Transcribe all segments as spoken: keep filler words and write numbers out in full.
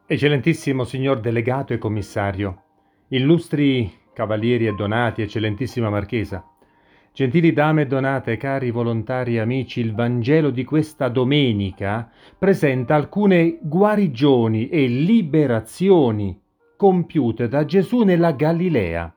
Eccellentissimo signor delegato e commissario, illustri cavalieri e donati, eccellentissima marchesa, gentili dame e donate, cari volontari e amici, il Vangelo di questa domenica presenta alcune guarigioni e liberazioni compiute da Gesù nella Galilea.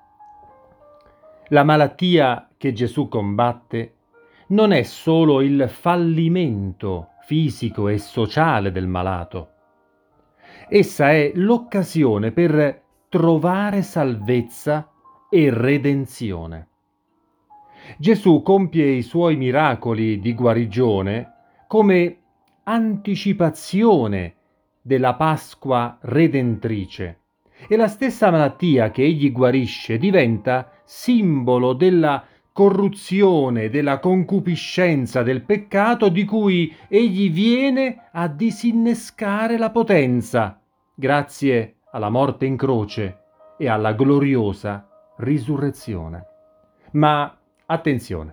La malattia che Gesù combatte non è solo il fallimento fisico e sociale del malato. Essa è l'occasione per trovare salvezza e redenzione. Gesù compie i suoi miracoli di guarigione come anticipazione della Pasqua redentrice e la stessa malattia che egli guarisce diventa simbolo della corruzione, della concupiscenza, del peccato di cui egli viene a disinnescare la potenza, grazie alla morte in croce e alla gloriosa risurrezione. Ma attenzione,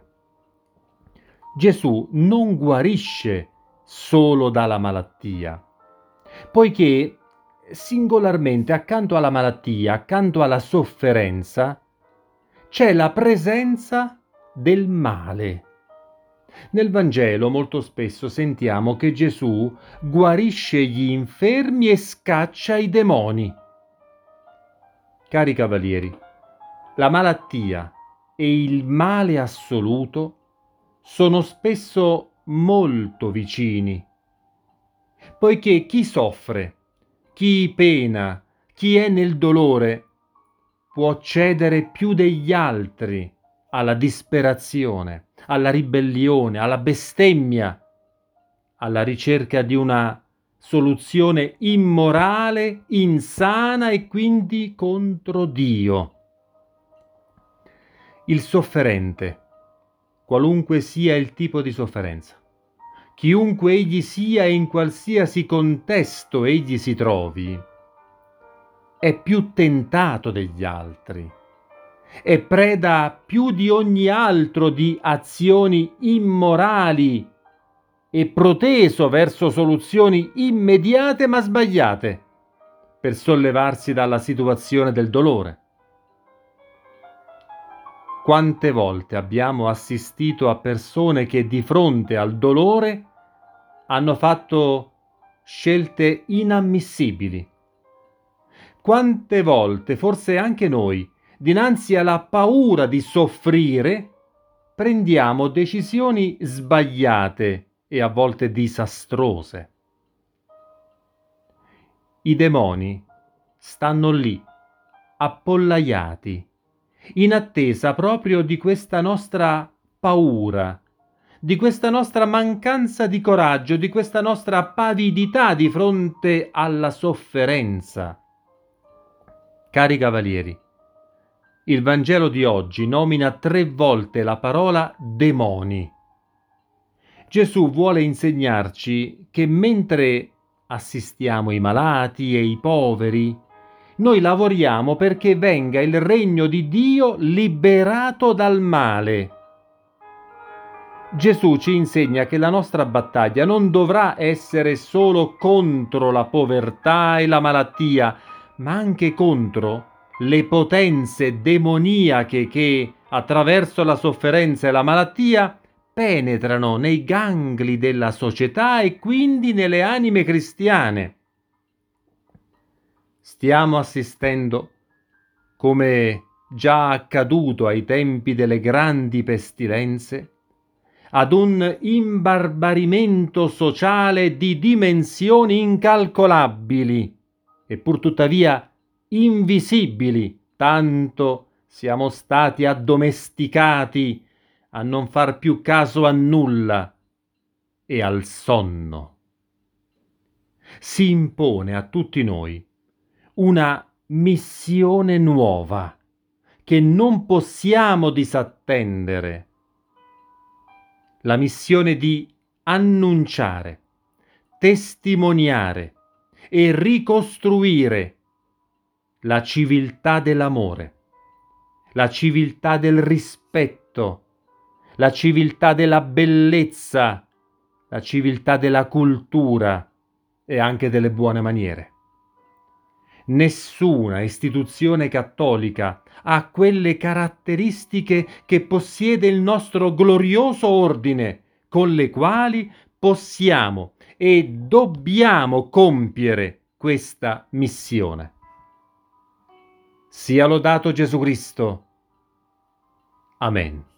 Gesù non guarisce solo dalla malattia, poiché singolarmente accanto alla malattia, accanto alla sofferenza, c'è la presenza del male. Nel Vangelo molto spesso sentiamo che Gesù guarisce gli infermi e scaccia i demoni. Cari cavalieri, la malattia e il male assoluto sono spesso molto vicini, poiché chi soffre, chi pena, chi è nel dolore può cedere più degli altri alla disperazione, alla ribellione, alla bestemmia, alla ricerca di una soluzione immorale, insana e quindi contro Dio. Il sofferente, qualunque sia il tipo di sofferenza, chiunque egli sia e in qualsiasi contesto egli si trovi, è più tentato degli altri, è preda più di ogni altro di azioni immorali e proteso verso soluzioni immediate ma sbagliate per sollevarsi dalla situazione del dolore. Quante volte abbiamo assistito a persone che di fronte al dolore hanno fatto scelte inammissibili? Quante volte, forse anche noi, dinanzi alla paura di soffrire, prendiamo decisioni sbagliate e a volte disastrose. I demoni stanno lì, appollaiati, in attesa proprio di questa nostra paura, di questa nostra mancanza di coraggio, di questa nostra pavidità di fronte alla sofferenza. Cari cavalieri, il Vangelo di oggi nomina tre volte la parola demoni. Gesù vuole insegnarci che mentre assistiamo i malati e i poveri, noi lavoriamo perché venga il regno di Dio liberato dal male. Gesù ci insegna che la nostra battaglia non dovrà essere solo contro la povertà e la malattia, ma anche contro le potenze demoniache che, attraverso la sofferenza e la malattia, penetrano nei gangli della società e quindi nelle anime cristiane. Stiamo assistendo, come già accaduto ai tempi delle grandi pestilenze, ad un imbarbarimento sociale di dimensioni incalcolabili e pur tuttavia invisibili, tanto siamo stati addomesticati a non far più caso a nulla e al sonno. Si impone a tutti noi una missione nuova che non possiamo disattendere, la missione di annunciare, testimoniare e ricostruire la civiltà dell'amore, la civiltà del rispetto, la civiltà della bellezza, la civiltà della cultura e anche delle buone maniere. Nessuna istituzione cattolica ha quelle caratteristiche che possiede il nostro glorioso ordine, con le quali possiamo e dobbiamo compiere questa missione. Sia lodato Gesù Cristo. Amen.